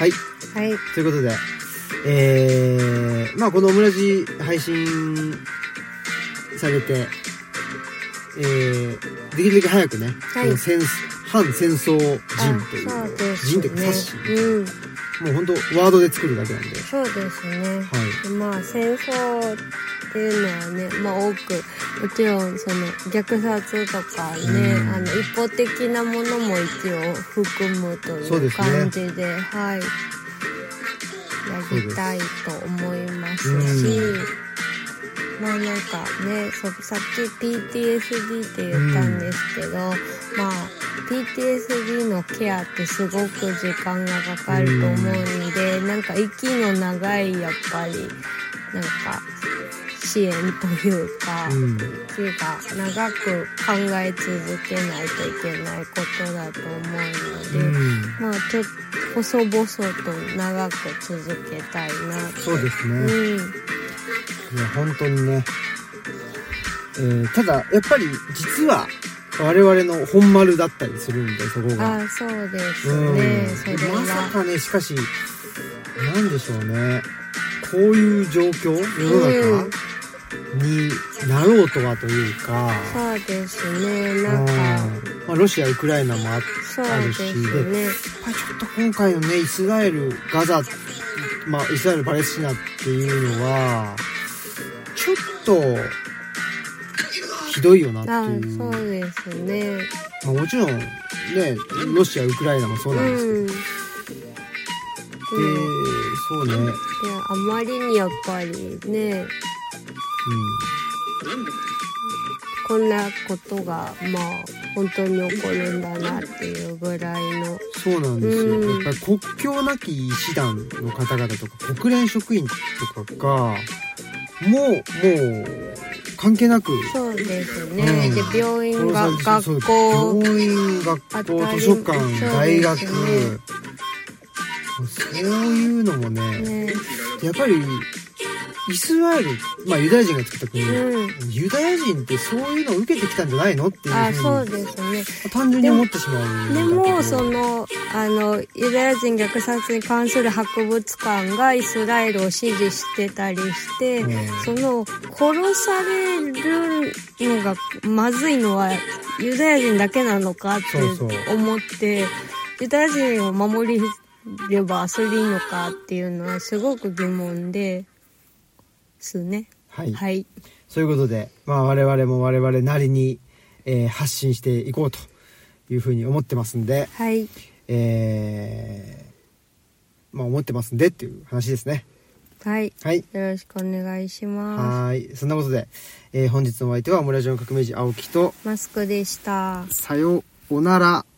はい、 はい、 ということでまあこのオムラジ配信されてできるだけ早くね、 はい、 反戦争人という人って冊子、もう本当ワードで作るだけなんで。 そうですね、 はい、 まあ戦争っていうのはね、まあ多くもちろんその虐殺とかね、一方的なものも一応含むという感じで、はい、やりたいと思いますし、まあなんかね、さっき PTSD って言ったんですけど、まあ PTSD のケアってすごく時間がかかると思うんで、なんか息の長いやっぱりなんか支援というか、息が長く考え続けないといけないことだと思うので、まあちょっと細々と長く続けたいなって。 そうですね。いや本当にね、ただやっぱり実は我々の本丸だったりするんで、そこが。 そうですね。それはまさかね、しかしなんでしょうね、こういう状況、世の中になろうとはというか。 そうですね。なんか、 まあ、ロシアウクライナもあるし、 で、 やっぱりちょっと今回のね、イスラエルガザ、まあイスラエルパレスチナっていうのはちょっとひどいよなっていう。 そうですね。 まあ、もちろんね、ロシアウクライナもそうなんですけど、そうね。 で、あまりにやっぱりね、こんなことがまあ本当に起こるんだなっていうぐらいの。 そうなんですよ。やっぱり国境なき医師団の方々とか国連職員とかがもう関係なく。 そうですね。で、病院が学校、 病院、学校、図書館、大学、そういうのもね、やっぱりイスラエル、まあユダヤ人が作った国、ユダヤ人ってそういうのを受けてきたんじゃないのっていうふうに、 そうですね。 単純に思ってしまう。 でもそのユダヤ人虐殺に関する博物館がイスラエルを支持してたりして、その殺されるのがまずいのはユダヤ人だけなのかって思って、ユダヤ人を守りればそれでいいのかっていうのはすごく疑問ですね。 はい。 はい。 そういうことで、まあ我々も我々なりに、発信していこうというふうに思ってますんで、 はい。 まあ思ってますんでっていう話ですね。 はい。 はい。 よろしくお願いします。 はい。そんなことで、本日のお相手はオムラジオの革命児青木とマスクでした。 さようなら。